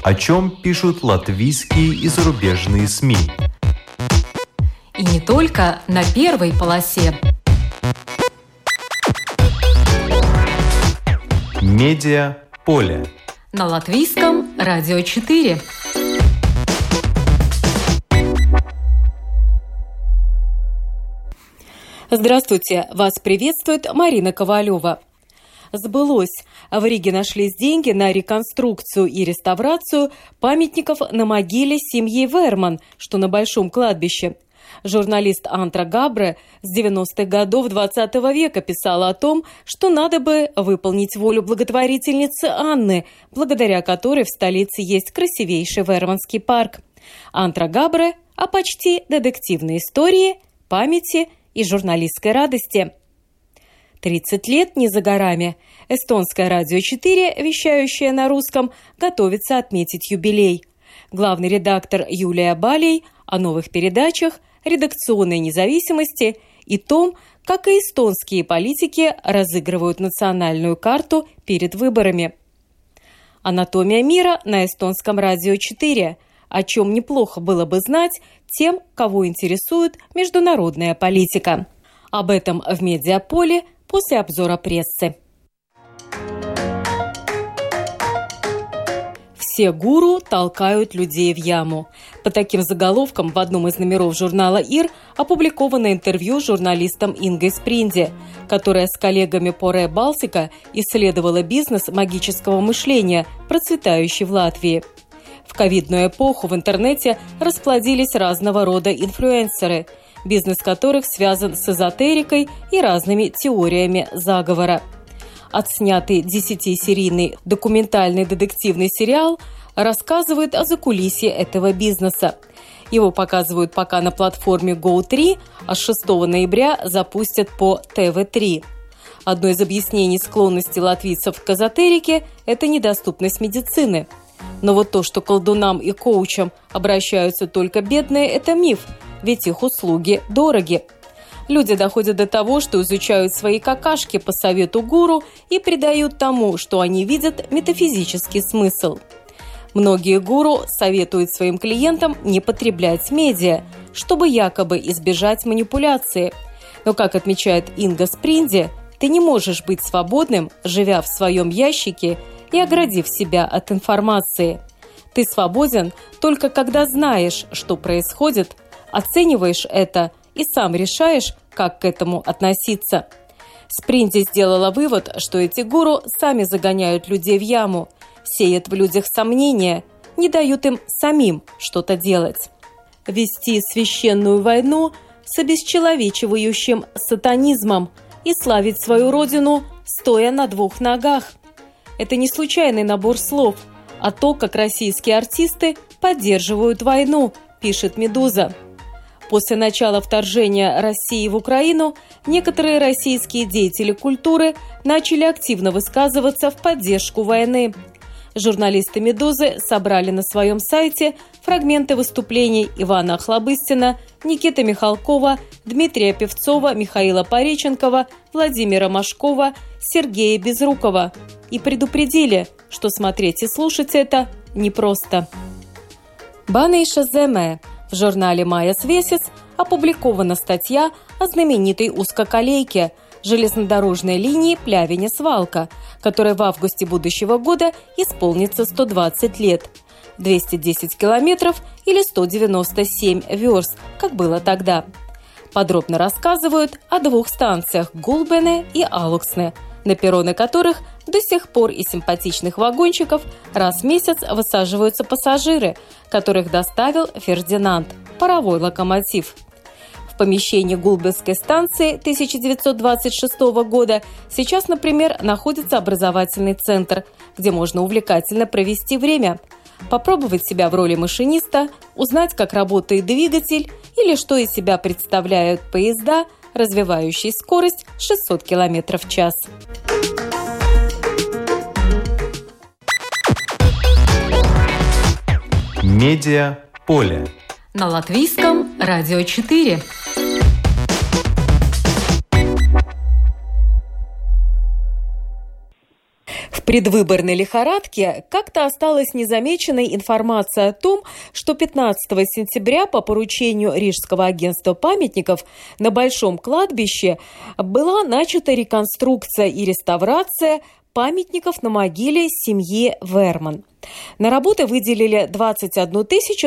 О чем пишут латвийские и зарубежные СМИ. И не только на первой полосе. Медиаполе. На Латвийском радио 4. Здравствуйте! Вас приветствует Марина Ковалева. Сбылось. В Риге нашлись деньги на реконструкцию и реставрацию памятников на могиле семьи Верман, что на Большом кладбище. Журналист Антра Габре с 90-х годов XX века писала о том, что надо бы выполнить волю благотворительницы Анны, благодаря которой в столице есть красивейший Верманский парк. Антра Габре о почти детективной истории, памяти и журналистской радости. 30 лет не за горами. Эстонское радио 4, вещающее на русском, готовится отметить юбилей. Главный редактор Юлия Балей о новых передачах, редакционной независимости и том, как и эстонские политики разыгрывают национальную карту перед выборами. Анатомия мира на эстонском радио 4, о чем неплохо было бы знать тем, кого интересует международная политика. Об этом в медиаполе после обзора прессы. Все гуру толкают людей в яму. По таким заголовкам в одном из номеров журнала «Ир» опубликовано интервью с журналистом Ингой Спринди, которая с коллегами по Ре Балтика исследовала бизнес магического мышления, процветающий в Латвии. В ковидную эпоху в интернете расплодились разного рода инфлюенсеры, бизнес которых связан с эзотерикой и разными теориями заговора. Отснятый 10-серийный документальный детективный сериал рассказывает о закулисье этого бизнеса. Его показывают пока на платформе Go3, а с 6 ноября запустят по TV3. Одно из объяснений склонности латвийцев к эзотерике – это недоступность медицины. Но вот то, что к колдунам и коучам обращаются только бедные – это миф, ведь их услуги дороги. Люди доходят до того, что изучают свои какашки по совету гуру и придают тому, что они видят, метафизический смысл. Многие гуру советуют своим клиентам не потреблять медиа, чтобы якобы избежать манипуляции. Но, как отмечает Инга Спринди, ты не можешь быть свободным, живя в своем ящике и оградив себя от информации. Ты свободен только когда знаешь, что происходит, оцениваешь это и сам решаешь, как к этому относиться. Спринди сделала вывод, что эти гуру сами загоняют людей в яму, сеют в людях сомнения, не дают им самим что-то делать. Вести священную войну с обесчеловечивающим сатанизмом и славить свою родину, стоя на двух ногах. Это не случайный набор слов, а то, как российские артисты поддерживают войну, пишет «Медуза». После начала вторжения России в Украину некоторые российские деятели культуры начали активно высказываться в поддержку войны. Журналисты «Медузы» собрали на своем сайте фрагменты выступлений Ивана Охлобыстина, Никиты Михалкова, Дмитрия Певцова, Михаила Пореченкова, Владимира Машкова, Сергея Безрукова и предупредили, что смотреть и слушать это непросто. Банейша Земе. В журнале «Майя Свесис» опубликована статья о знаменитой узкоколейке железнодорожной линии Плявине-Свалка, которой в августе будущего года исполнится 120 лет. 210 километров или 197 верст, как было тогда. Подробно рассказывают о двух станциях Гулбене и Алуксне, на перроны которых до сих пор из симпатичных вагончиков раз в месяц высаживаются пассажиры, которых доставил Фердинанд, паровой локомотив. В помещении Гулбенской станции 1926 года сейчас, например, находится образовательный центр, где можно увлекательно провести время, попробовать себя в роли машиниста, узнать, как работает двигатель или что из себя представляют поезда, развивающие скорость 600 км в час. Медиаполе. На Латвийском радио 4. предвыборной лихорадке как-то осталась незамеченной информация о том, что 15 сентября по поручению Рижского агентства памятников на Большом кладбище была начата реконструкция и реставрация памятников на могиле семьи Верман. На работы выделили 21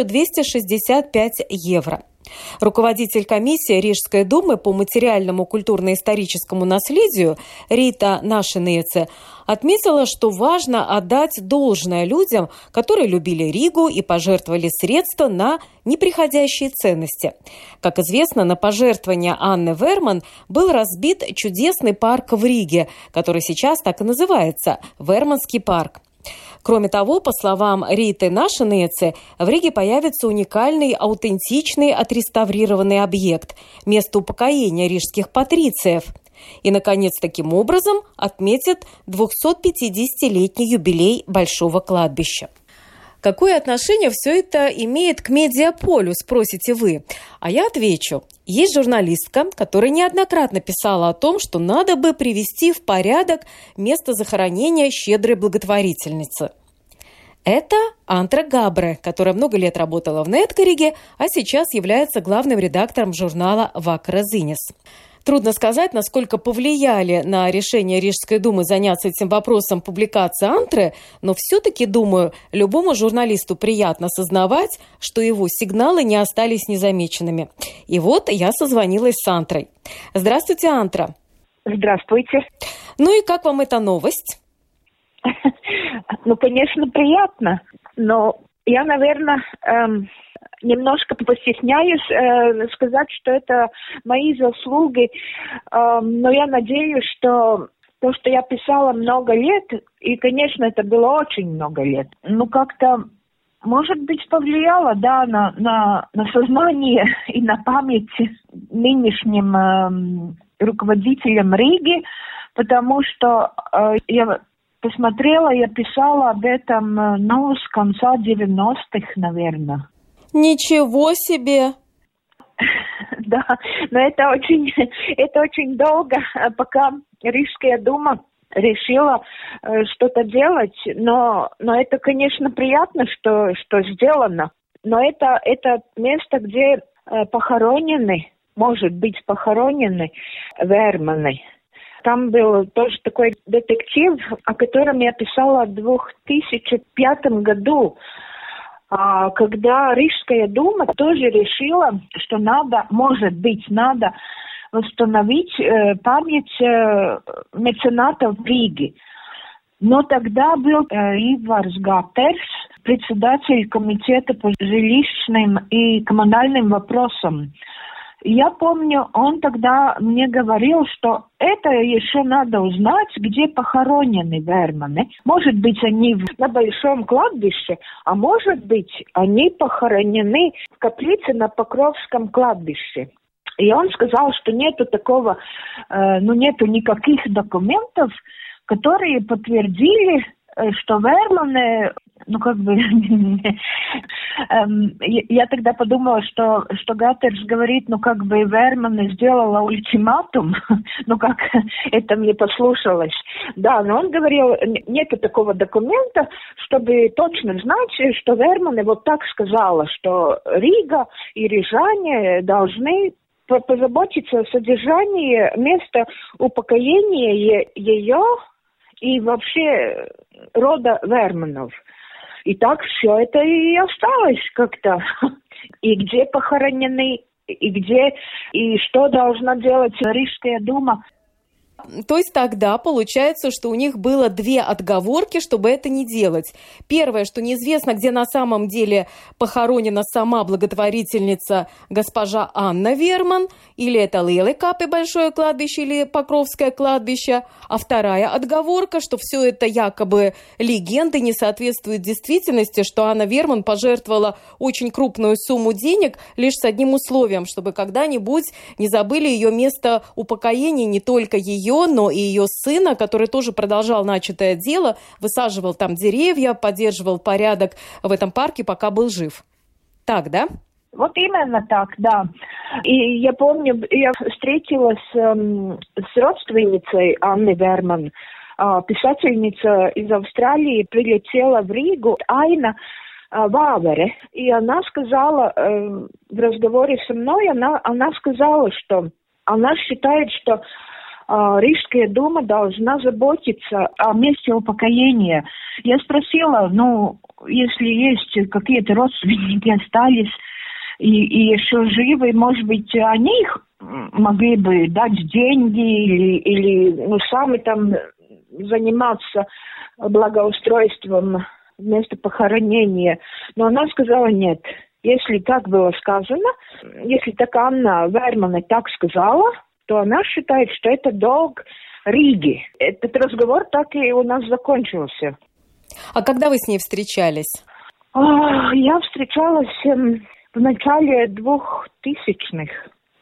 265 евро. Руководитель комиссии Рижской думы по материальному культурно-историческому наследию Рита Нашинеце отметила, что важно отдать должное людям, которые любили Ригу и пожертвовали средства на неприходящие ценности. Как известно, на пожертвования Анны Верман был разбит чудесный парк в Риге, который сейчас так и называется – Верманский парк. Кроме того, по словам Риты Нашинеце, в Риге появится уникальный, аутентичный, отреставрированный объект – место упокоения рижских патрициев. И, наконец, таким образом отметят 250-летний юбилей Большого кладбища. Какое отношение все это имеет к медиаполю, спросите вы? А я отвечу. Есть журналистка, которая неоднократно писала о том, что надо бы привести в порядок место захоронения щедрой благотворительницы. Это Антра Габре, которая много лет работала в Неткориге, а сейчас является главным редактором журнала «Вакра-Зинес». Трудно сказать, насколько повлияли на решение Рижской думы заняться этим вопросом публикации Антры, но все-таки, думаю, любому журналисту приятно сознавать, что его сигналы не остались незамеченными. И вот я созвонилась с Антрой. Здравствуйте, Антра. Здравствуйте. Ну и как вам эта новость? Ну, конечно, приятно, но я, наверное, немножко постесняюсь сказать, что это мои заслуги, но я надеюсь, что то, что я писала много лет, и, конечно, это было очень много лет, ну, как-то, может быть, повлияло, да, на сознание и на память нынешним руководителям Риги, потому что я посмотрела, я писала об этом, ну, с конца 90-х, наверное. Ничего себе! Да, но это очень долго, пока Рижская дума решила что-то делать, но это, конечно, приятно, что сделано. Но это место, где может быть похоронены Верманы. Там был тоже такой детектив, о котором я писала в 2005 году, когда Рижская дума тоже решила, что надо восстановить память меценатов в Риге. Но тогда был Иварс Гатерс, председатель комитета по жилищным и коммунальным вопросам. Я помню, он тогда мне говорил, что это еще надо узнать, где похоронены Верманы. Может быть, они на Большом кладбище, а может быть, они похоронены в каплице на Покровском кладбище. И он сказал, что нету никаких документов, которые подтвердили, что Верманы, я тогда подумала, что Гатерс говорит, Верманы сделала ультиматум, это мне послушалось. Да, но он говорил, нету такого документа, чтобы точно знать, что Верманы вот так сказала, что Рига и рижане должны позаботиться о содержании места упокоения ее и вообще рода Верманов. И так все это и осталось как-то. И где похоронены, и что должна делать Рижская дума. То есть тогда получается, что у них было две отговорки, чтобы это не делать. Первое, что неизвестно, где на самом деле похоронена сама благотворительница госпожа Анна Верман, или это Лиеликапи Большое кладбище, или Покровское кладбище. А вторая отговорка, что все это якобы легенды, не соответствует действительности, что Анна Верман пожертвовала очень крупную сумму денег лишь с одним условием, чтобы когда-нибудь не забыли ее место упокоения, не только ее, но и ее сына, который тоже продолжал начатое дело, высаживал там деревья, поддерживал порядок в этом парке, пока был жив. Так, да? Вот именно так, да. И я помню, я встретилась с родственницей Анны Верман писательница из Австралии прилетела в Ригу, Айна Вавере, и она сказала в разговоре со мной, она сказала, что она считает, что Рижская дума должна заботиться о месте упокоения. Я спросила, если есть какие-то родственники остались и еще живы, может быть, они их могли бы дать деньги или сами там заниматься благоустройством места похоронения. Но она сказала нет. Если так было сказано, если так Анна Вермане так сказала, то она считает, что это долг Риги. Этот разговор так и у нас закончился. А когда вы с ней встречались? Я встречалась в начале 2000-х.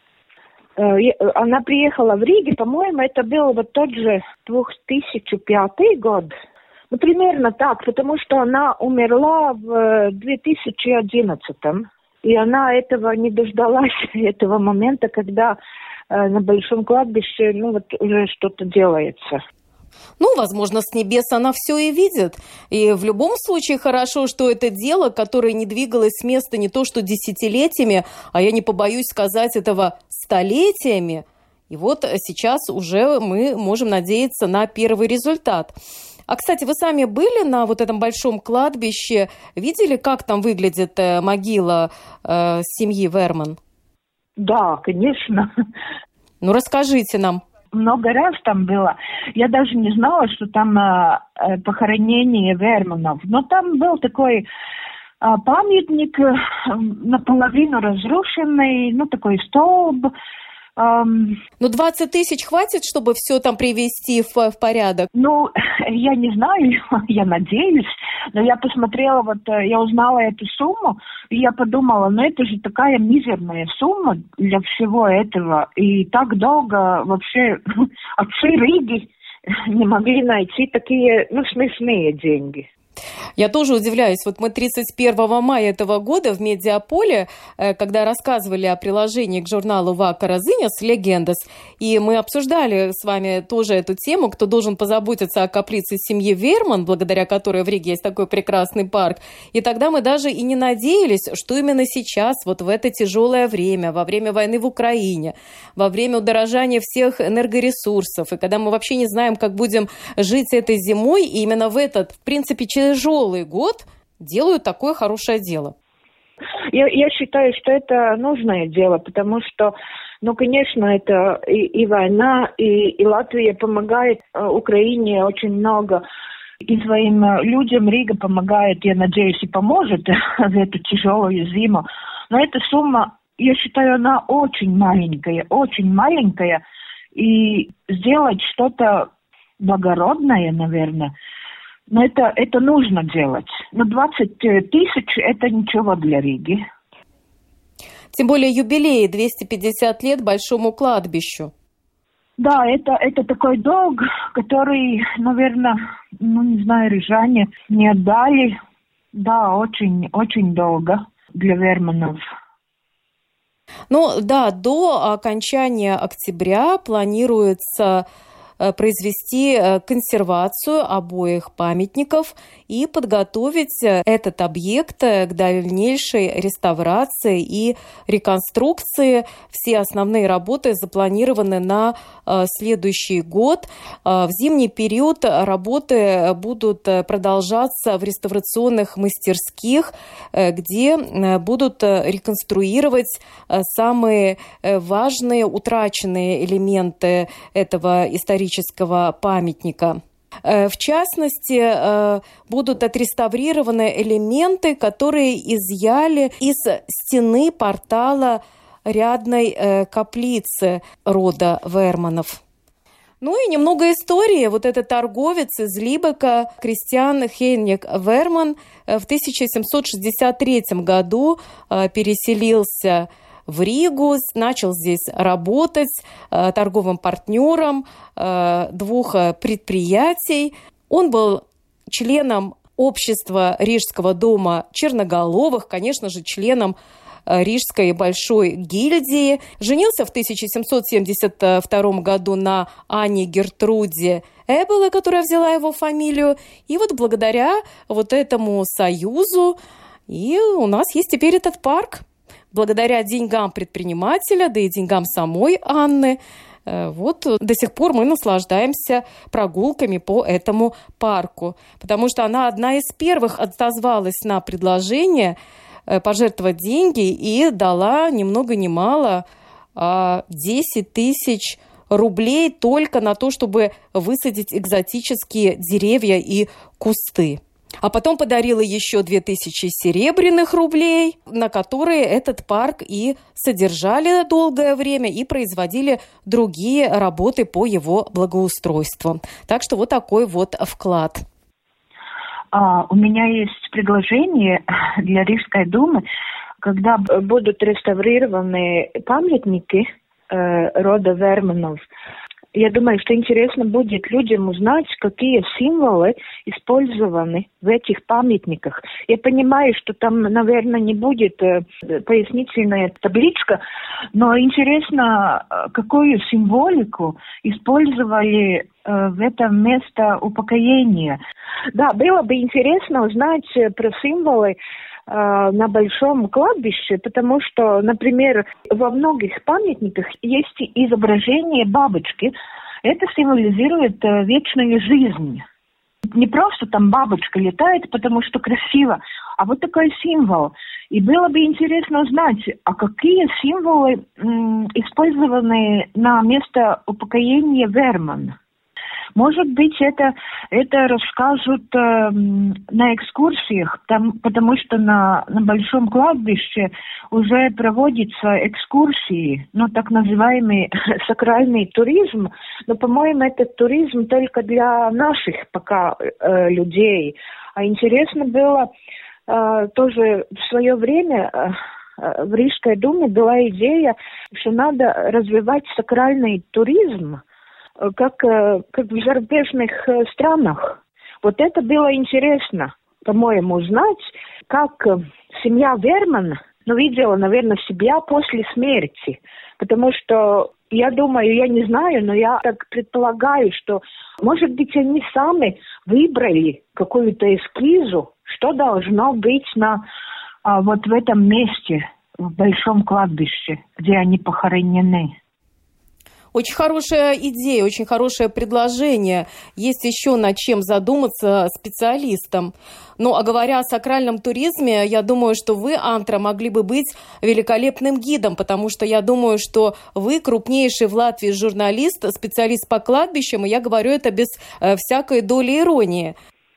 Она приехала в Ригу, по-моему, это был вот тот же 2005 год. Примерно так, потому что она умерла в 2011-м. И она этого не дождалась, этого момента, когда на Большом кладбище уже что-то делается. Возможно, с небес она все и видит. И в любом случае хорошо, что это дело, которое не двигалось с места не то что десятилетиями, а я не побоюсь сказать этого столетиями. И вот сейчас уже мы можем надеяться на первый результат. А, кстати, вы сами были на вот этом большом кладбище? Видели, как там выглядит могила семьи Верман? Да, конечно. Расскажите нам. Много раз там было. Я даже не знала, что там похоронение Верманов. Но там был такой памятник, наполовину разрушенный, такой столб. 20 тысяч хватит, чтобы все там привести в порядок? Я не знаю, я надеюсь. Но я посмотрела, я узнала эту сумму, и я подумала, это же такая мизерная сумма для всего этого. И так долго вообще отцы Риги не могли найти такие, смешные деньги. Я тоже удивляюсь. Мы 31 мая этого года в Медиаполе, когда рассказывали о приложении к журналу «Вакара Зинес» «Легендас», и мы обсуждали с вами тоже эту тему, кто должен позаботиться о каплице семьи Верман, благодаря которой в Риге есть такой прекрасный парк. И тогда мы даже и не надеялись, что именно сейчас, в это тяжелое время, во время войны в Украине, во время удорожания всех энергоресурсов, и когда мы вообще не знаем, как будем жить этой зимой, и именно в этот, в принципе, тяжелый год делают такое хорошее дело. Я считаю, что это нужное дело, потому что, конечно, это и война, и Латвия помогает Украине очень много. И своим людям Рига помогает, я надеюсь, и поможет в эту тяжелую зиму. Но эта сумма, я считаю, она очень маленькая. И сделать что-то благородное, наверное, но это нужно делать. Но 20 тысяч – это ничего для Риги. Тем более юбилей 250 лет Большому кладбищу. Да, это такой долг, который, наверное, не знаю, рижане не отдали. Да, очень, очень долго для Верманов. До окончания октября планируется произвести консервацию обоих памятников и подготовить этот объект к дальнейшей реставрации и реконструкции. Все основные работы запланированы на следующий год. В зимний период работы будут продолжаться в реставрационных мастерских, где будут реконструировать самые важные утраченные элементы этого исторического памятника. В частности, будут отреставрированы элементы, которые изъяли из стены портала рядной каплицы рода Верманов. И немного истории. Этот торговец из Либека, Кристиан Хейнрих Верман, в 1763 году переселился в Ригу, начал здесь работать торговым партнером двух предприятий. Он был членом общества Рижского дома черноголовых, конечно же, членом Рижской большой гильдии. Женился в 1772 году на Анне Гертруде Эбелы, которая взяла его фамилию. И вот благодаря вот этому союзу и у нас есть теперь этот парк. Благодаря деньгам предпринимателя, да и деньгам самой Анны, вот до сих пор мы наслаждаемся прогулками по этому парку. Потому что она одна из первых отозвалась на предложение пожертвовать деньги и дала ни много ни мало 10 тысяч рублей только на то, чтобы высадить экзотические деревья и кусты. А потом подарила еще 2000 серебряных рублей, на которые этот парк и содержали долгое время и производили другие работы по его благоустройству. Так что вот такой вот вклад. У меня есть предложение для Рижской думы, когда будут реставрированы памятники рода Верманов. Я думаю, что интересно будет людям узнать, какие символы использованы в этих памятниках. Я понимаю, что там, наверное, не будет пояснительная табличка, но интересно, какую символику использовали в этом место упокоения. Да, было бы интересно узнать про символы на большом кладбище, потому что, например, во многих памятниках есть изображение бабочки. Это символизирует вечную жизнь. Не просто там бабочка летает, потому что красиво, а вот такой символ. И было бы интересно узнать, а какие символы использованы на место упокоения Верман. Может быть, это расскажут на экскурсиях, потому что на большом кладбище уже проводятся экскурсии, так называемый сакральный туризм. Но, по-моему, этот туризм только для наших пока людей. А интересно было тоже в свое время в Рижской думе была идея, что надо развивать сакральный туризм, как в зарубежных странах. Вот это было интересно, по-моему, узнать, как семья Верман видела, наверное, себя после смерти. Потому что, я думаю, я не знаю, но я так предполагаю, что, может быть, они сами выбрали какую-то эскизу, что должно быть вот в этом месте, в большом кладбище, где они похоронены. Очень хорошая идея, очень хорошее предложение. Есть еще над чем задуматься специалистам. А говоря о сакральном туризме, я думаю, что вы, Антра, могли бы быть великолепным гидом, потому что я думаю, что вы крупнейший в Латвии журналист, специалист по кладбищам, и я говорю это без всякой доли иронии.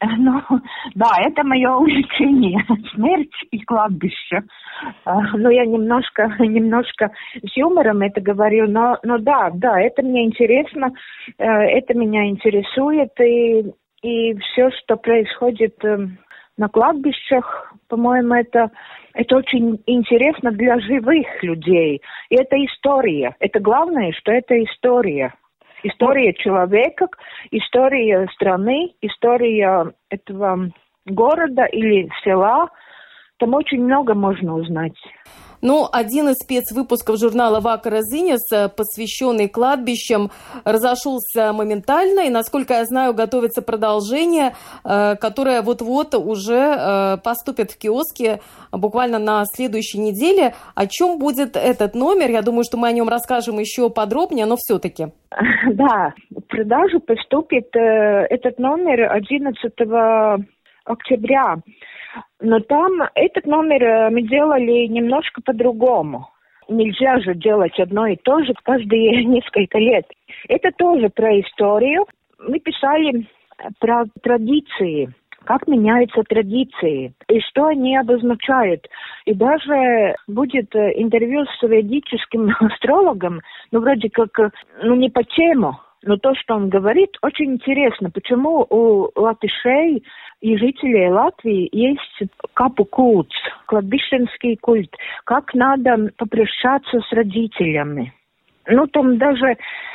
Да, это мое увлечение, смерть и кладбище. Я немножко с юмором это говорю, но да, это мне интересно, это меня интересует, и все, что происходит на кладбищах, по-моему, это очень интересно для живых людей. И это история. Это главное, что это история. История человека, история страны, история этого города или села. Там очень много можно узнать. Один из спецвыпусков журнала «Вакара Зинес», посвященный кладбищам, разошелся моментально. И, насколько я знаю, готовится продолжение, которое вот-вот уже поступит в киоски буквально на следующей неделе. О чем будет этот номер? Я думаю, что мы о нем расскажем еще подробнее, но все-таки. Да, в продажу поступит этот номер 11 октября. Но там этот номер мы делали немножко по-другому. Нельзя же делать одно и то же каждые несколько лет. Это тоже про историю. Мы писали про традиции, как меняются традиции и что они обозначают. И даже будет интервью с ведическим астрологом, вроде как, не по тему. Но то, что он говорит, очень интересно. Почему у латышей и жителей Латвии есть капу-культ, кладбищенский культ. Как надо попрощаться с родителями. Там даже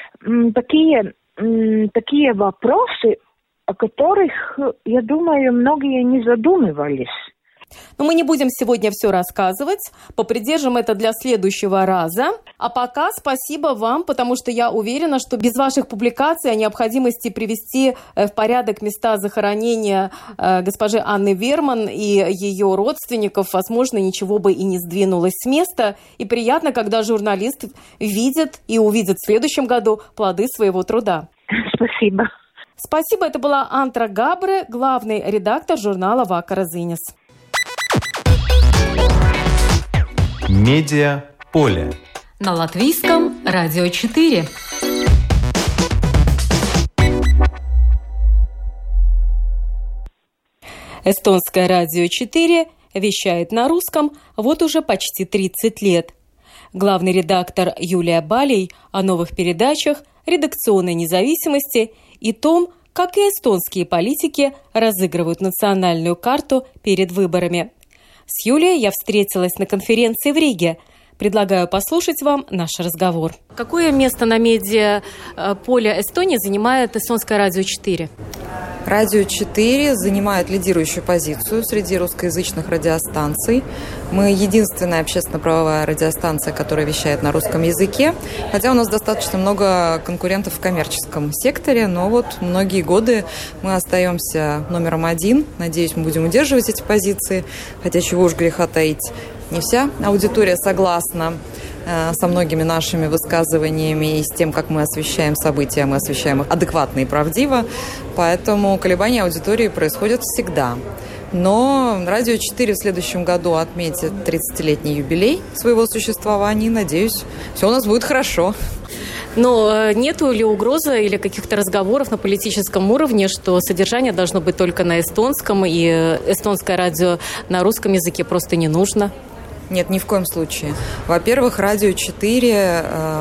такие вопросы, о которых, я думаю, многие не задумывались. Но мы не будем сегодня все рассказывать, попридержим это для следующего раза. А пока спасибо вам, потому что я уверена, что без ваших публикаций о необходимости привести в порядок места захоронения госпожи Анны Верман и ее родственников, возможно, ничего бы и не сдвинулось с места. И приятно, когда журналист видит и увидит в следующем году плоды своего труда. Спасибо. Спасибо. Это была Антра Габре, главный редактор журнала «Вакара Зинес». Медиа поле. На Латвийском радио 4. Эстонское радио 4 вещает на русском вот уже почти 30 лет. Главный редактор Юлия Балей о новых передачах, редакционной независимости и том, как и эстонские политики разыгрывают национальную карту перед выборами. С Юлией я встретилась на конференции в Риге. Предлагаю послушать вам наш разговор. Какое место на медиаполе Эстонии занимает Эстонское радио 4? Радио 4 занимает лидирующую позицию среди русскоязычных радиостанций. Мы единственная общественно-правовая радиостанция, которая вещает на русском языке. Хотя у нас достаточно много конкурентов в коммерческом секторе, но вот многие годы мы остаемся номером один. Надеюсь, мы будем удерживать эти позиции. Хотя чего уж греха таить. Не вся аудитория согласна со многими нашими высказываниями и с тем, как мы освещаем события, мы освещаем их адекватно и правдиво. Поэтому колебания аудитории происходят всегда. Но Радио 4 в следующем году отметит 30-летний юбилей своего существования. Надеюсь, все у нас будет хорошо. Но нету ли угрозы или каких-то разговоров на политическом уровне, что содержание должно быть только на эстонском, и эстонское радио на русском языке просто не нужно? Нет, ни в коем случае. Во-первых, Радио 4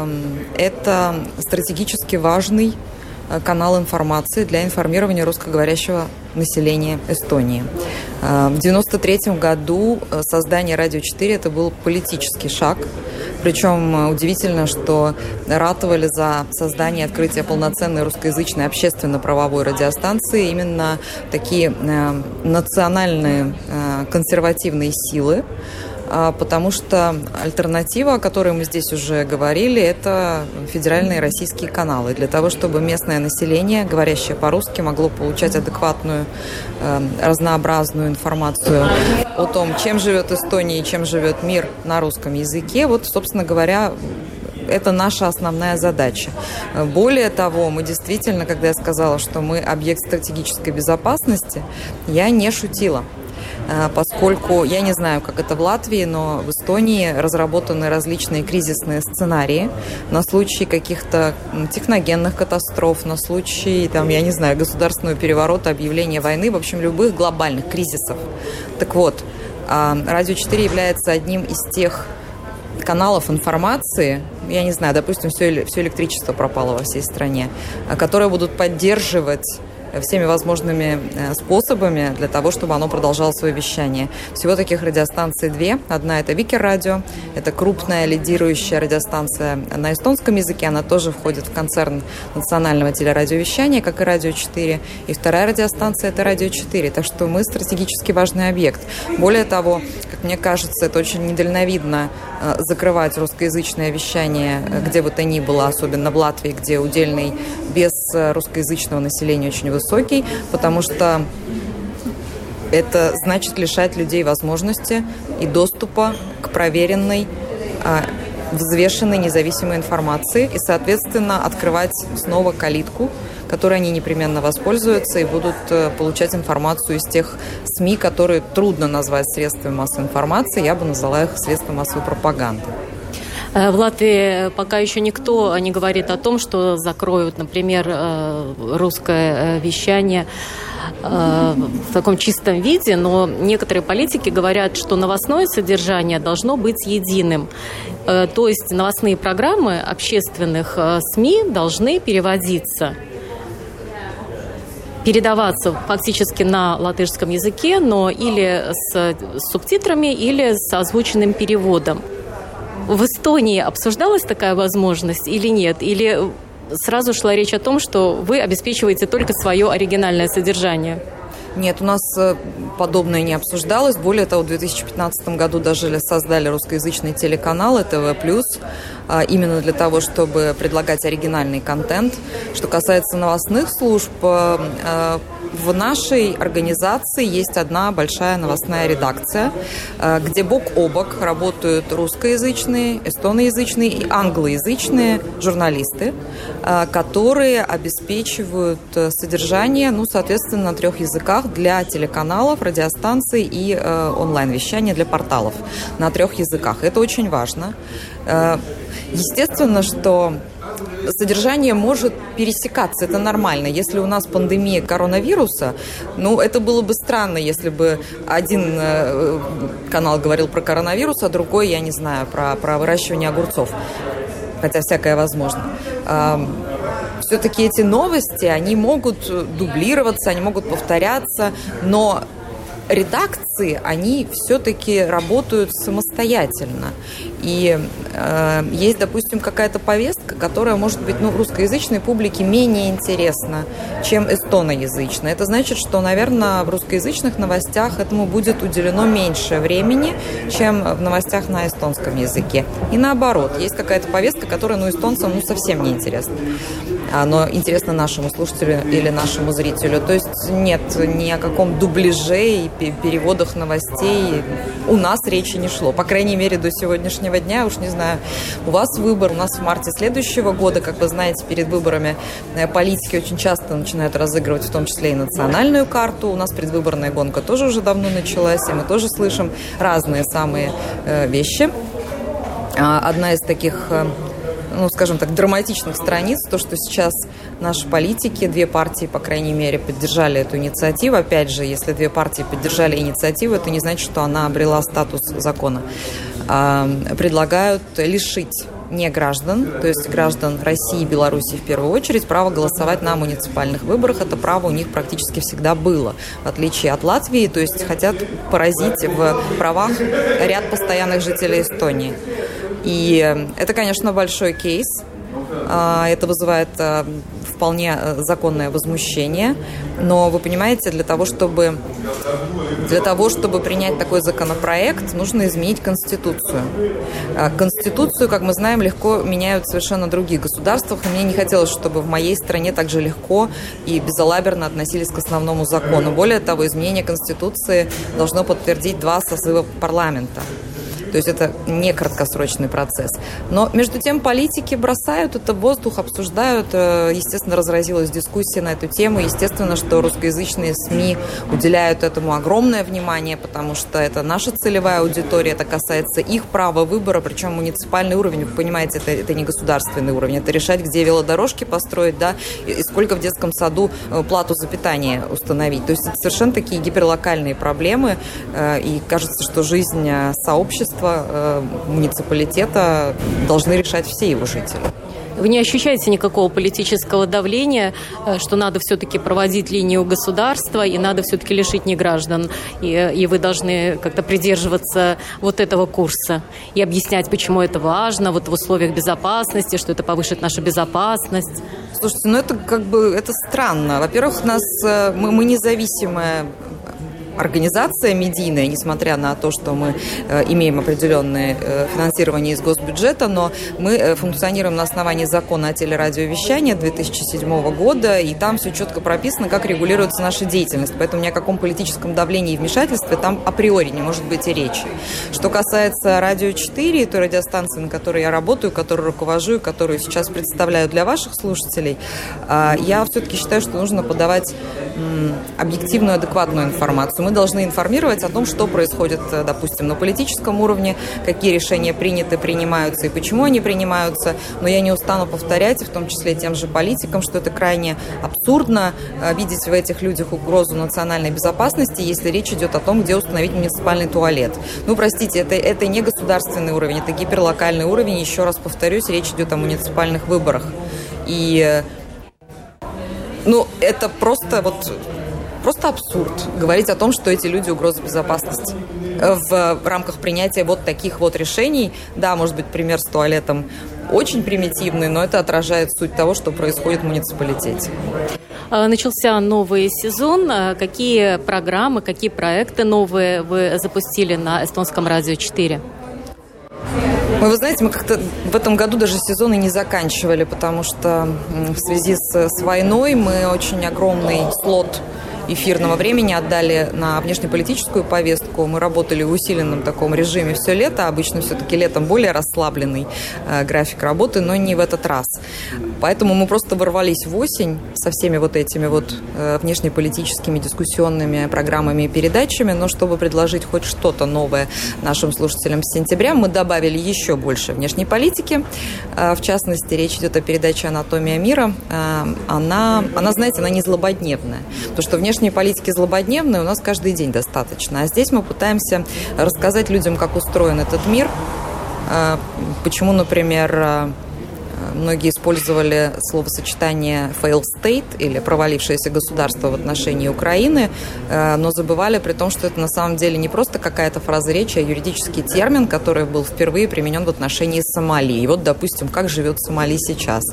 это стратегически важный канал информации для информирования русскоговорящего населения Эстонии. В 1993 году создание Радио 4 это был политический шаг. Причем удивительно, что ратовали за создание и открытие полноценной русскоязычной общественно-правовой радиостанции именно такие национальные консервативные силы, потому что альтернатива, о которой мы здесь уже говорили, это федеральные российские каналы. Для того, чтобы местное население, говорящее по-русски, могло получать адекватную, разнообразную информацию о том, чем живет Эстония и чем живет мир на русском языке. Вот, собственно говоря, это наша основная задача. Более того, мы действительно, когда я сказала, что мы объект стратегической безопасности, я не шутила. Поскольку, я не знаю, как это в Латвии, но в Эстонии разработаны различные кризисные сценарии на случай каких-то техногенных катастроф, на случай, я не знаю, государственного переворота, объявления войны, в общем, любых глобальных кризисов. Так вот, Радио 4 является одним из тех каналов информации, я не знаю, допустим, все электричество пропало во всей стране, которые будут поддерживать всеми возможными способами для того, чтобы оно продолжало свое вещание. Всего таких радиостанций две. Одна – это Викер-радио. Это крупная лидирующая радиостанция на эстонском языке. Она тоже входит в концерн национального телерадиовещания, как и Радио 4. И вторая радиостанция – это Радио 4. Так что мы стратегически важный объект. Более того, как мне кажется, это очень недальновидно закрывать русскоязычное вещание где бы то ни было, особенно в Латвии, где удельный без русскоязычного населения очень высокий, потому что это значит лишать людей возможности и доступа к проверенной, взвешенной, независимой информации и, соответственно, открывать снова калитку, которой они непременно воспользуются и будут получать информацию из тех СМИ, которые трудно назвать средствами массовой информации, я бы назвала их средствами массовой пропаганды. В Латвии пока еще никто не говорит о том, что закроют, например, русское вещание в таком чистом виде, но некоторые политики говорят, что новостное содержание должно быть единым. То есть новостные программы общественных СМИ должны переводиться, передаваться фактически на латышском языке, но или с субтитрами, или с озвученным переводом. В Эстонии обсуждалась такая возможность или нет? Или сразу шла речь о том, что вы обеспечиваете только свое оригинальное содержание? Нет, у нас подобное не обсуждалось. Более того, в 2015 году даже создали русскоязычный телеканал ТВ+, именно для того, чтобы предлагать оригинальный контент. Что касается новостных служб, в нашей организации есть одна большая новостная редакция, где бок о бок работают русскоязычные, эстоноязычные и англоязычные журналисты, которые обеспечивают содержание, соответственно, на 3 языках для телеканалов, радиостанций и онлайн-вещания для порталов на 3 языках. Это очень важно. Естественно, что содержание может пересекаться, это нормально. Если у нас пандемия коронавируса, это было бы странно, если бы один канал говорил про коронавирус, а другой, я не знаю, про выращивание огурцов. Хотя всякое возможно. Все-таки эти новости, они могут дублироваться, они могут повторяться, но редакции, они все-таки работают самостоятельно. И есть, допустим, какая-то повестка, которая может быть русскоязычной публике менее интересна, чем эстоноязычной. Это значит, что, наверное, в русскоязычных новостях этому будет уделено меньше времени, чем в новостях на эстонском языке. И наоборот, есть какая-то повестка, которая эстонцам совсем не интересна. Но интересно нашему слушателю или нашему зрителю. То есть нет ни о каком дубляже и переводах новостей у нас речи не шло. По крайней мере, до сегодняшнего дня, уж не знаю, у вас выбор, у нас в марте следующего года, как вы знаете, перед выборами политики очень часто начинают разыгрывать в том числе и национальную карту. У нас предвыборная гонка тоже уже давно началась, и мы тоже слышим разные самые вещи. Одна из таких, скажем так, драматичных страниц, то, что сейчас наши политики, 2 партии, по крайней мере, поддержали эту инициативу. Опять же, если 2 партии поддержали инициативу, это не значит, что она обрела статус закона. Предлагают лишить неграждан, то есть граждан России и Беларуси в первую очередь, права голосовать на муниципальных выборах. Это право у них практически всегда было, в отличие от Латвии, то есть хотят поразить в правах ряд постоянных жителей Эстонии. И это, конечно, большой кейс. Это вызывает вполне законное возмущение. Но вы понимаете, для того, чтобы принять такой законопроект, нужно изменить Конституцию. Конституцию, как мы знаем, легко меняют совершенно другие государства. И мне не хотелось, чтобы в моей стране так же легко и безалаберно относились к основному закону. Более того, изменение Конституции должно подтвердить 2 созыва парламента. То есть это не краткосрочный процесс. Но, между тем, политики бросают это в воздух, обсуждают. Естественно, разразилась дискуссия на эту тему. Естественно, что русскоязычные СМИ уделяют этому огромное внимание, потому что это наша целевая аудитория, это касается их права выбора, причем муниципальный уровень, вы понимаете, это не государственный уровень, это решать, где велодорожки построить, да, и сколько в детском саду плату за питание установить. То есть это совершенно такие гиперлокальные проблемы, и кажется, что жизнь сообщества, муниципалитета должны решать все его жители. Вы не ощущаете никакого политического давления, что надо все-таки проводить линию государства и надо все-таки лишить неграждан, и вы должны как-то придерживаться вот этого курса и объяснять, почему это важно, в условиях безопасности, что это повышит нашу безопасность? Слушайте, это странно. Во-первых, мы независимая организация медийная, несмотря на то, что мы имеем определенное финансирование из госбюджета, но мы функционируем на основании закона о телерадиовещании 2007 года, и там все четко прописано, как регулируется наша деятельность. Поэтому ни о каком политическом давлении и вмешательстве там априори не может быть и речи. Что касается «Радио 4», той радиостанции, на которой я работаю, которую руковожу и которую сейчас представляю для ваших слушателей, я все-таки считаю, что нужно подавать объективную, адекватную информацию. Мы должны информировать о том, что происходит, допустим, на политическом уровне, какие решения принимаются и почему они принимаются. Но я не устану повторять, в том числе тем же политикам, что это крайне абсурдно видеть в этих людях угрозу национальной безопасности, если речь идет о том, где установить муниципальный туалет. Простите, это не государственный уровень, это гиперлокальный уровень. Еще раз повторюсь, речь идет о муниципальных выборах. И это просто абсурд говорить о том, что эти люди угроза безопасности. В рамках принятия таких решений, да, может быть, пример с туалетом очень примитивный, но это отражает суть того, что происходит в муниципалитете. Начался новый сезон. Какие программы, какие проекты новые вы запустили на эстонском радио 4? Вы знаете, мы как-то в этом году даже сезоны не заканчивали, потому что в связи с войной мы очень огромный слот эфирного времени отдали на внешнеполитическую повестку. Мы работали в усиленном таком режиме все лето. Обычно все-таки летом более расслабленный график работы, но не в этот раз. Поэтому мы просто ворвались в осень со всеми вот этими вот внешнеполитическими дискуссионными программами и передачами. Но чтобы предложить хоть что-то новое нашим слушателям с сентября, мы добавили еще больше внешней политики. В частности, речь идет о передаче «Анатомия мира». Она, знаете, она не злободневная. Потому что внешней политики злободневной у нас каждый день достаточно. А здесь мы пытаемся рассказать людям, как устроен этот мир, почему, например, многие использовали словосочетание failed state или провалившееся государство в отношении Украины, но забывали при том, что это на самом деле не просто какая-то фраза речи, а юридический термин, который был впервые применен в отношении Сомали. И вот, допустим, как живет Сомали сейчас.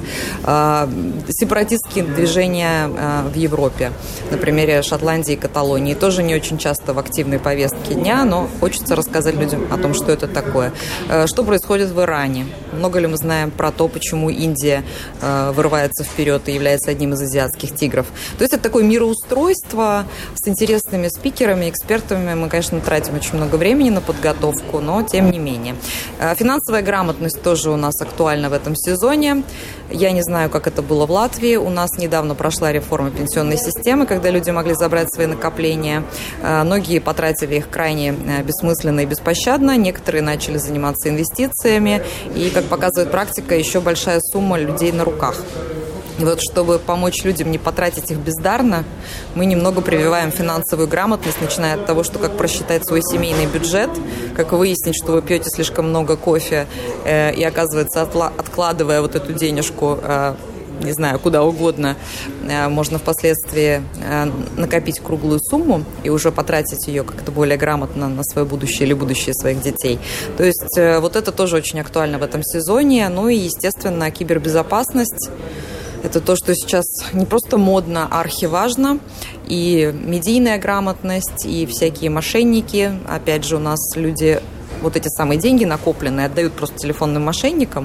Сепаратистские движения в Европе, на примере Шотландии и Каталонии, тоже не очень часто в активной повестке дня, но хочется рассказать людям о том, что это такое. Что происходит в Иране? Много ли мы знаем про то, почему Индия вырывается вперед и является одним из азиатских тигров. То есть это такое мироустройство с интересными спикерами, экспертами. Мы, конечно, тратим очень много времени на подготовку, но тем не менее. Финансовая грамотность тоже у нас актуальна в этом сезоне. Я не знаю, как это было в Латвии. У нас недавно прошла реформа пенсионной системы, когда люди могли забрать свои накопления. Многие потратили их крайне бессмысленно и беспощадно. Некоторые начали заниматься инвестициями. И, как показывает практика, еще большая сумма людей на руках. И вот, чтобы помочь людям не потратить их бездарно, мы немного прививаем финансовую грамотность, начиная от того, что как просчитать свой семейный бюджет, как выяснить, что вы пьете слишком много кофе, и, оказывается, откладывая вот эту денежку, не знаю, куда угодно, можно впоследствии накопить круглую сумму и уже потратить ее как-то более грамотно на свое будущее или будущее своих детей. То есть вот это тоже очень актуально в этом сезоне. Ну и, естественно, кибербезопасность. Это то, что сейчас не просто модно, а архиважно. И медийная грамотность, и всякие мошенники. Опять же, у нас люди вот эти самые деньги накопленные отдают просто телефонным мошенникам.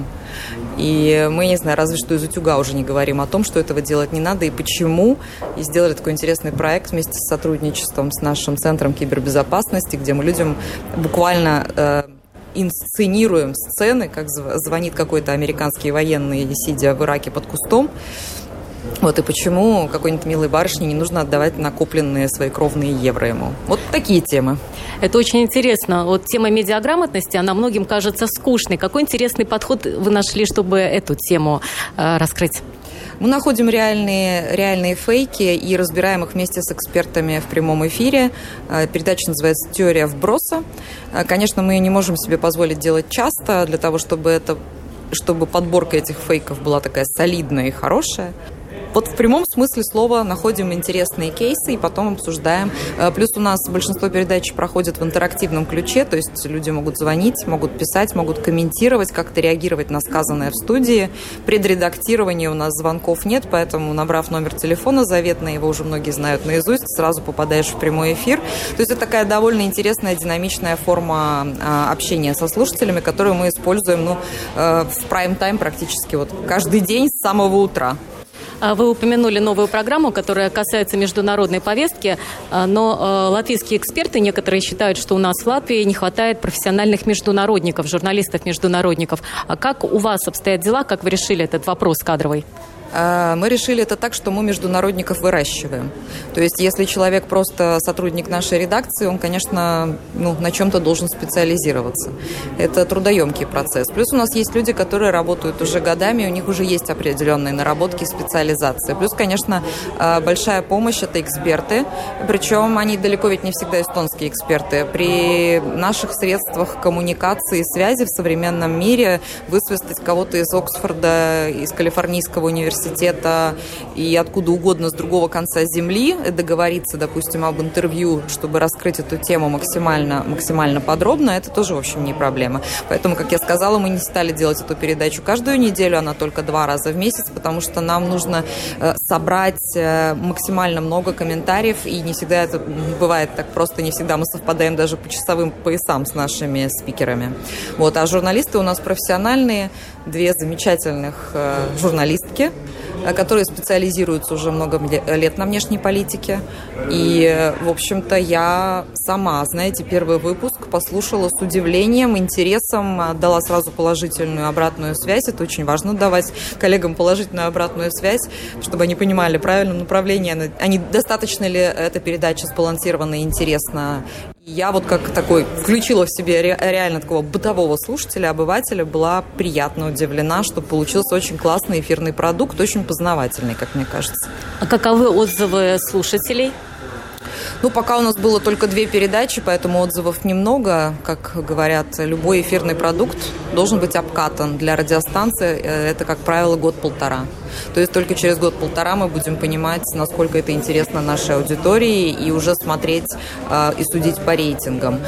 И мы, не знаю, разве что из утюга уже не говорим о том, что этого делать не надо и почему. И сделали такой интересный проект вместе с сотрудничеством с нашим центром кибербезопасности, где мы людям буквально инсценируем сцены, как звонит какой-то американский военный, сидя в Ираке под кустом. Вот и почему какой-нибудь милой барышне не нужно отдавать накопленные свои кровные евро ему. Вот такие темы. Это очень интересно. Вот тема медиаграмотности, она многим кажется скучной. Какой интересный подход вы нашли, чтобы эту тему раскрыть? Мы находим реальные фейки и разбираем их вместе с экспертами в прямом эфире. Передача называется «Теория вброса». Конечно, мы не можем себе позволить делать часто для того, чтобы подборка этих фейков была такая солидная и хорошая. Вот в прямом смысле слова находим интересные кейсы и потом обсуждаем. Плюс у нас большинство передач проходит в интерактивном ключе, то есть люди могут звонить, могут писать, могут комментировать, как-то реагировать на сказанное в студии. Предредактирования у нас звонков нет, поэтому, набрав номер телефона заветный, его уже многие знают наизусть, сразу попадаешь в прямой эфир. То есть это такая довольно интересная, динамичная форма общения со слушателями, которую мы используем в прайм-тайм практически вот каждый день с самого утра. Вы упомянули новую программу, которая касается международной повестки, но латвийские эксперты некоторые считают, что у нас в Латвии не хватает профессиональных международников, журналистов-международников. А как у вас обстоят дела, как вы решили этот вопрос кадровый? Мы решили это так, что мы международников выращиваем. То есть, если человек просто сотрудник нашей редакции, он, конечно, на чем-то должен специализироваться. Это трудоемкий процесс. Плюс у нас есть люди, которые работают уже годами, у них уже есть определенные наработки, специализации. Плюс, конечно, большая помощь – это эксперты. Причем они далеко ведь не всегда эстонские эксперты. При наших средствах коммуникации и связи в современном мире высвистать кого-то из Оксфорда, из Калифорнийского университета университета и откуда угодно с другого конца земли договориться, допустим, об интервью, чтобы раскрыть эту тему максимально подробно, это тоже, в общем, не проблема. Поэтому, как я сказала, мы не стали делать эту передачу каждую неделю, она только 2 раза в месяц, потому что нам нужно собрать максимально много комментариев, и не всегда это бывает так просто, не всегда мы совпадаем даже по часовым поясам с нашими спикерами. А журналисты у нас профессиональные, 2 замечательных журналистки, которые специализируются уже много лет на внешней политике. И, в общем-то, я сама, знаете, первый выпуск послушала с удивлением, интересом, дала сразу положительную обратную связь. Это очень важно, давать коллегам положительную обратную связь, чтобы они понимали правильное направление, достаточно ли эта передача сбалансирована и интересна. Я как такой включила в себе реально такого бытового слушателя, обывателя, была приятно удивлена, что получился очень классный эфирный продукт, очень познавательный, как мне кажется. А каковы отзывы слушателей? Пока у нас было только 2 передачи, поэтому отзывов немного. Как говорят, любой эфирный продукт должен быть обкатан. Для радиостанции это, как правило, 1-1,5 года. То есть только через 1-1,5 мы будем понимать, насколько это интересно нашей аудитории, и уже смотреть и судить по рейтингам.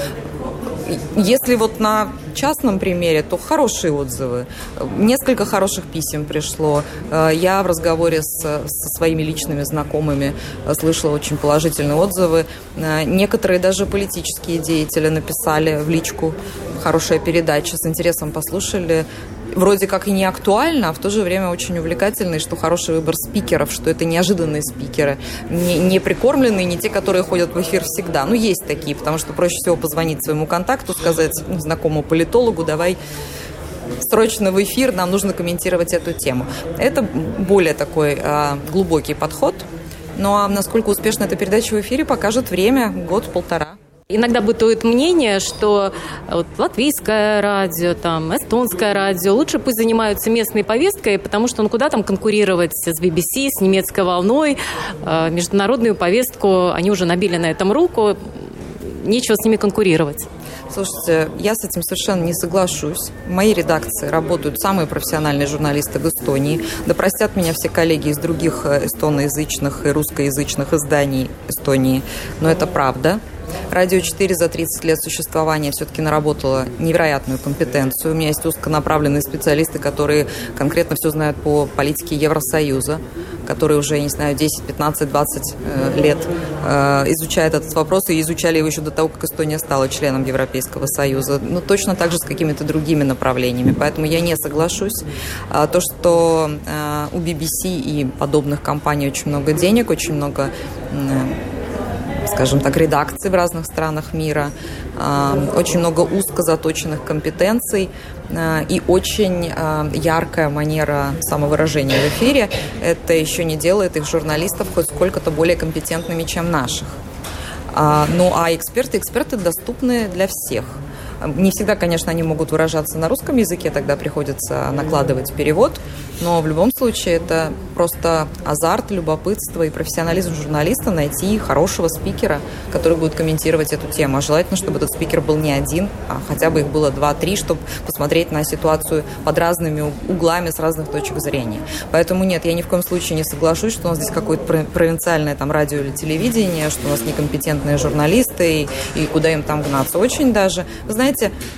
Если на частном примере, то хорошие отзывы. Несколько хороших писем пришло. Я в разговоре со своими личными знакомыми слышала очень положительные отзывы. Некоторые даже политические деятели написали в личку: хорошая передача, с интересом послушали. Вроде как и не актуально, а в то же время очень увлекательно, что хороший выбор спикеров, что это неожиданные спикеры, не прикормленные, не те, которые ходят в эфир всегда. Есть такие, потому что проще всего позвонить своему контакту, сказать знакомому политологу: давай срочно в эфир, нам нужно комментировать эту тему. Это более такой глубокий подход. А насколько успешна эта передача в эфире, покажет время, 1-1,5 года. Иногда бытует мнение, что латвийское радио, эстонское радио лучше пусть занимаются местной повесткой, потому что куда там конкурировать с BBC, с немецкой волной. Международную повестку они уже набили на этом руку, нечего с ними конкурировать. Слушайте, я с этим совершенно не соглашусь. В моей редакции работают самые профессиональные журналисты в Эстонии. Да простят меня все коллеги из других эстоноязычных и русскоязычных изданий Эстонии, но это правда. Радио 4 за 30 лет существования все-таки наработало невероятную компетенцию. У меня есть узконаправленные специалисты, которые конкретно все знают по политике Евросоюза, которые уже, 10, 15, 20 лет изучают этот вопрос и изучали его еще до того, как Эстония стала членом Европейского Союза. Точно так же с какими-то другими направлениями. Поэтому я не соглашусь. То, что у BBC и подобных компаний очень много денег, очень много, скажем так, редакций в разных странах мира, очень много узко заточенных компетенций и очень яркая манера самовыражения в эфире. Это еще не делает их журналистов хоть сколько-то более компетентными, чем наших. А эксперты доступны для всех. Не всегда, конечно, они могут выражаться на русском языке, тогда приходится накладывать перевод, но в любом случае это просто азарт, любопытство и профессионализм журналиста найти хорошего спикера, который будет комментировать эту тему. А желательно, чтобы этот спикер был не один, а хотя бы их было 2-3, чтобы посмотреть на ситуацию под разными углами, с разных точек зрения. Поэтому нет, я ни в коем случае не соглашусь, что у нас здесь какое-то провинциальное радио или телевидение, что у нас некомпетентные журналисты и куда им там гнаться. Очень даже. Вы знаете,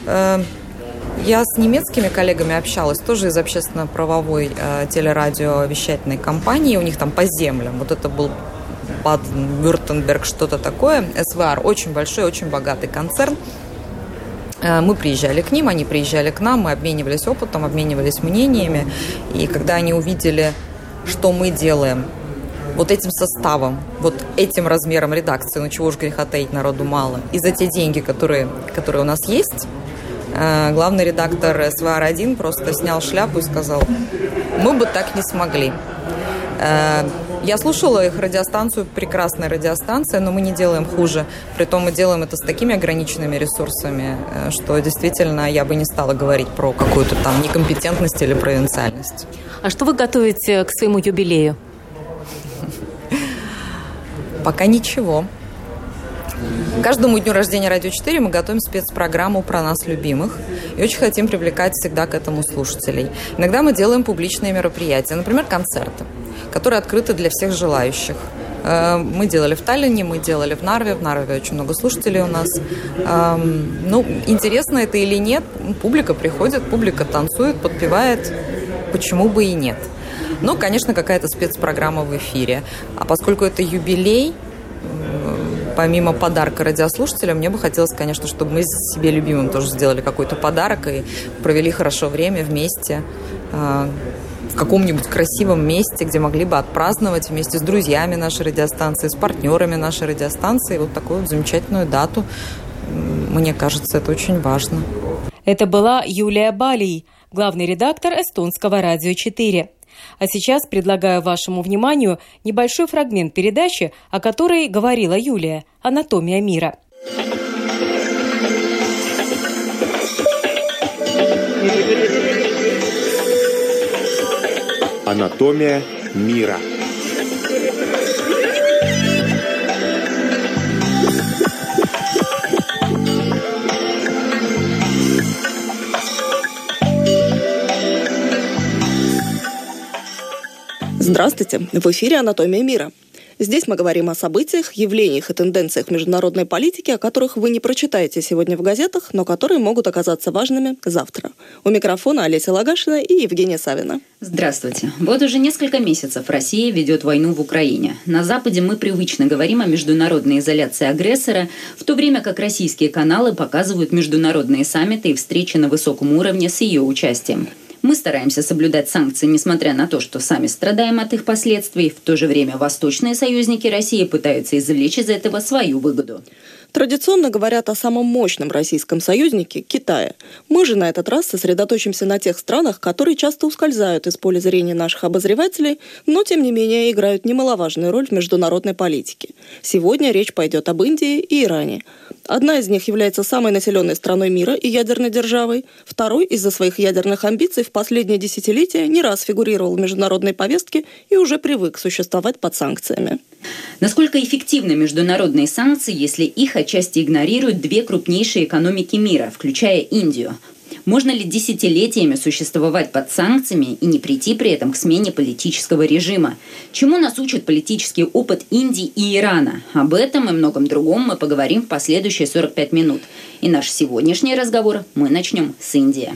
я с немецкими коллегами общалась, тоже из общественно-правовой телерадиовещательной компании, у них там по землям, это был Баден-Вюртемберг, что-то такое, СВР, очень большой, очень богатый концерн. Мы приезжали к ним, они приезжали к нам, мы обменивались опытом, обменивались мнениями, и когда они увидели, что мы делаем этим составом, этим размером редакции, чего уж греха таить, народу мало, и за те деньги, которые у нас есть, главный редактор СВР-1 просто снял шляпу и сказал: мы бы так не смогли. Я слушала их радиостанцию, прекрасная радиостанция, но мы не делаем хуже. Притом мы делаем это с такими ограниченными ресурсами, что действительно я бы не стала говорить про какую-то некомпетентность или провинциальность. А что вы готовите к своему юбилею? Пока ничего. Каждому дню рождения Радио 4 мы готовим спецпрограмму про нас любимых и очень хотим привлекать всегда к этому слушателей. Иногда мы делаем публичные мероприятия, например, концерты, которые открыты для всех желающих. Мы делали в Таллине, мы делали в Нарве. В Нарве очень много слушателей у нас. Интересно это или нет, публика приходит, публика танцует, подпевает. Почему бы и нет? Конечно, какая-то спецпрограмма в эфире. А поскольку это юбилей, помимо подарка радиослушателям, мне бы хотелось, конечно, чтобы мы себе любимым тоже сделали какой-то подарок и провели хорошо время вместе в каком-нибудь красивом месте, где могли бы отпраздновать вместе с друзьями нашей радиостанции, с партнерами нашей радиостанции вот такую замечательную дату. Мне кажется, это очень важно. Это была Юлия Балий, главный редактор эстонского «Радио 4». А сейчас предлагаю вашему вниманию небольшой фрагмент передачи, о которой говорила Юлия «Анатомия мира». Анатомия мира. Здравствуйте! В эфире «Анатомия мира». Здесь мы говорим о событиях, явлениях и тенденциях международной политики, о которых вы не прочитаете сегодня в газетах, но которые могут оказаться важными завтра. У микрофона Олеся Лагашина и Евгения Савина. Здравствуйте. Вот уже несколько месяцев Россия ведет войну в Украине. На Западе мы привычно говорим о международной изоляции агрессора, в то время как российские каналы показывают международные саммиты и встречи на высоком уровне с ее участием. Мы стараемся соблюдать санкции, несмотря на то, что сами страдаем от их последствий. В то же время восточные союзники России пытаются извлечь из этого свою выгоду. Традиционно говорят о самом мощном российском союзнике – Китае. Мы же на этот раз сосредоточимся на тех странах, которые часто ускользают из поля зрения наших обозревателей, но, тем не менее, играют немаловажную роль в международной политике. Сегодня речь пойдет об Индии и Иране. Одна из них является самой населенной страной мира и ядерной державой. Второй из-за своих ядерных амбиций в последние десятилетия не раз фигурировал в международной повестке и уже привык существовать под санкциями. Насколько эффективны международные санкции, если их отчасти игнорируют две крупнейшие экономики мира, включая Индию? Можно ли десятилетиями существовать под санкциями и не прийти при этом к смене политического режима? Чему нас учит политический опыт Индии и Ирана? Об этом и многом другом мы поговорим в последующие 45 минут. И наш сегодняшний разговор мы начнем с Индии.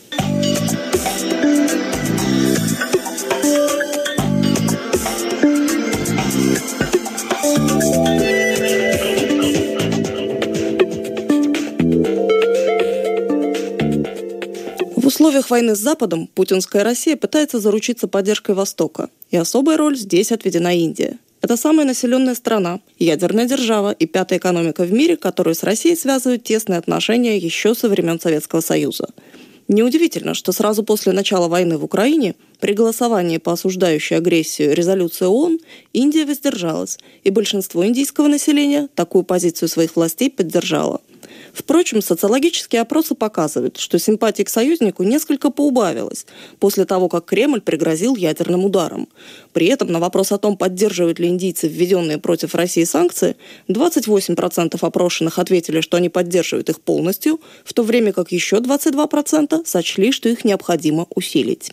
В условиях войны с Западом путинская Россия пытается заручиться поддержкой Востока. И особая роль здесь отведена Индия. Это самая населенная страна, ядерная держава и пятая экономика в мире, которую с Россией связывают тесные отношения еще со времен Советского Союза. Неудивительно, что сразу после начала войны в Украине при голосовании по осуждающей агрессию резолюции ООН Индия воздержалась, и большинство индийского населения такую позицию своих властей поддержало. Впрочем, социологические опросы показывают, что симпатии к союзнику несколько поубавилось после того, как Кремль пригрозил ядерным ударом. При этом на вопрос о том, поддерживают ли индийцы введенные против России санкции, 28% опрошенных ответили, что они поддерживают их полностью, в то время как еще 22% сочли, что их необходимо усилить.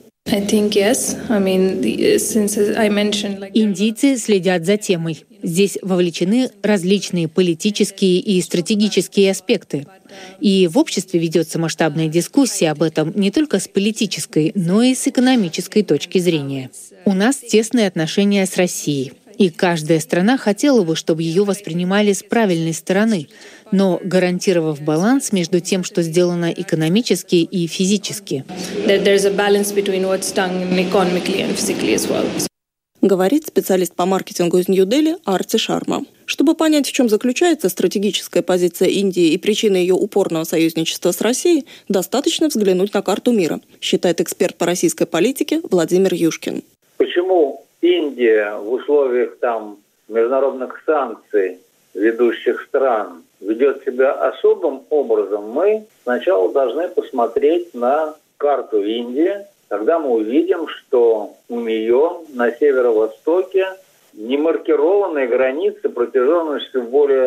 Индийцы следят за темой. Здесь вовлечены различные политические и стратегические аспекты. И в обществе ведется масштабная дискуссия об этом не только с политической, но и с экономической точки зрения. У нас тесные отношения с Россией. И каждая страна хотела бы, чтобы ее воспринимали с правильной стороны, но гарантировав баланс между тем, что сделано экономически и физически. Говорит специалист по маркетингу из Нью-Дели Арти Шарма. Чтобы понять, в чем заключается стратегическая позиция Индии и причины ее упорного союзничества с Россией, достаточно взглянуть на карту мира, считает эксперт по российской политике Владимир Юшкин. Почему Индия в условиях международных санкций ведущих стран ведет себя особым образом? Мы сначала должны посмотреть на карту Индии. Тогда мы увидим, что у нее на северо-востоке не маркированные границы протяженностью более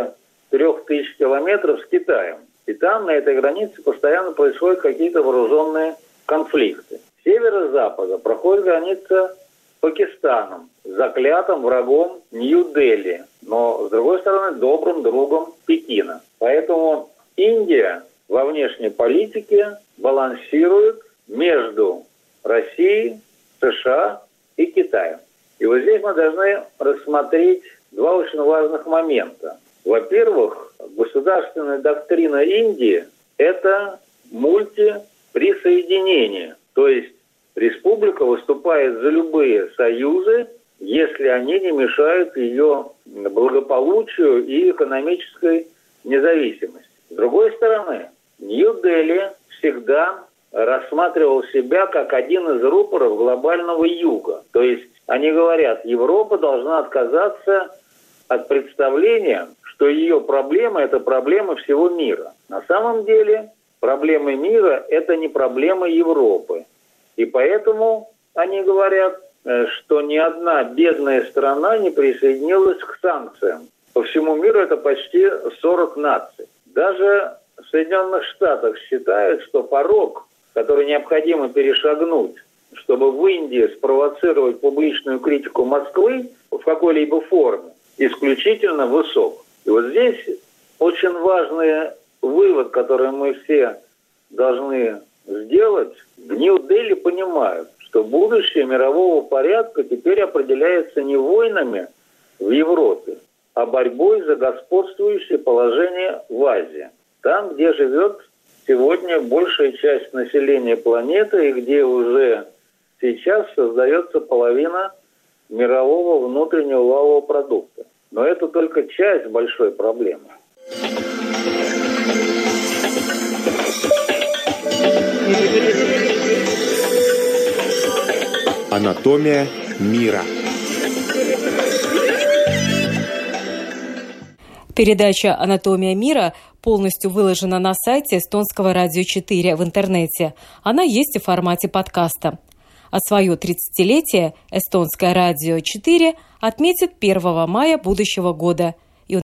3000 километров с Китаем. И там, на этой границе, постоянно происходят какие-то вооруженные конфликты. С северо-запада проходит граница с Пакистаном, заклятым врагом Нью-Дели, но, с другой стороны, добрым другом Пекина. Поэтому Индия во внешней политике балансирует между Россией, США и Китаем. И вот здесь мы должны рассмотреть два очень важных момента. Во-первых, государственная доктрина Индии – это мультиприсоединение. То есть республика выступает за любые союзы, если они не мешают ее благополучию и экономической независимости. С другой стороны, Нью-Дели всегда рассматривал себя как один из рупоров глобального юга. То есть они говорят, Европа должна отказаться от представления, что ее проблема – это проблема всего мира. На самом деле проблемы мира – это не проблема Европы. И поэтому они говорят, что ни одна бедная страна не присоединилась к санкциям. По всему миру это почти 40 наций. Даже в Соединенных Штатах считают, что порог, который необходимо перешагнуть, чтобы в Индии спровоцировать публичную критику Москвы в какой-либо форме, исключительно высок. И вот здесь очень важный вывод, который мы все должны сделать. В Нью-Дели понимают, что будущее мирового порядка теперь определяется не войнами в Европе, а борьбой за господствующее положение в Азии. Там, где живет сегодня большая часть населения планеты и где уже сейчас создается половина мирового внутреннего валового продукта. Но это только часть большой проблемы. Анатомия мира. Передача «Анатомия мира» полностью выложена на сайте Эстонского радио 4 в интернете. Она есть и в формате подкаста. А свое 30-летие Эстонское радио 4 отметит 1 мая будущего года –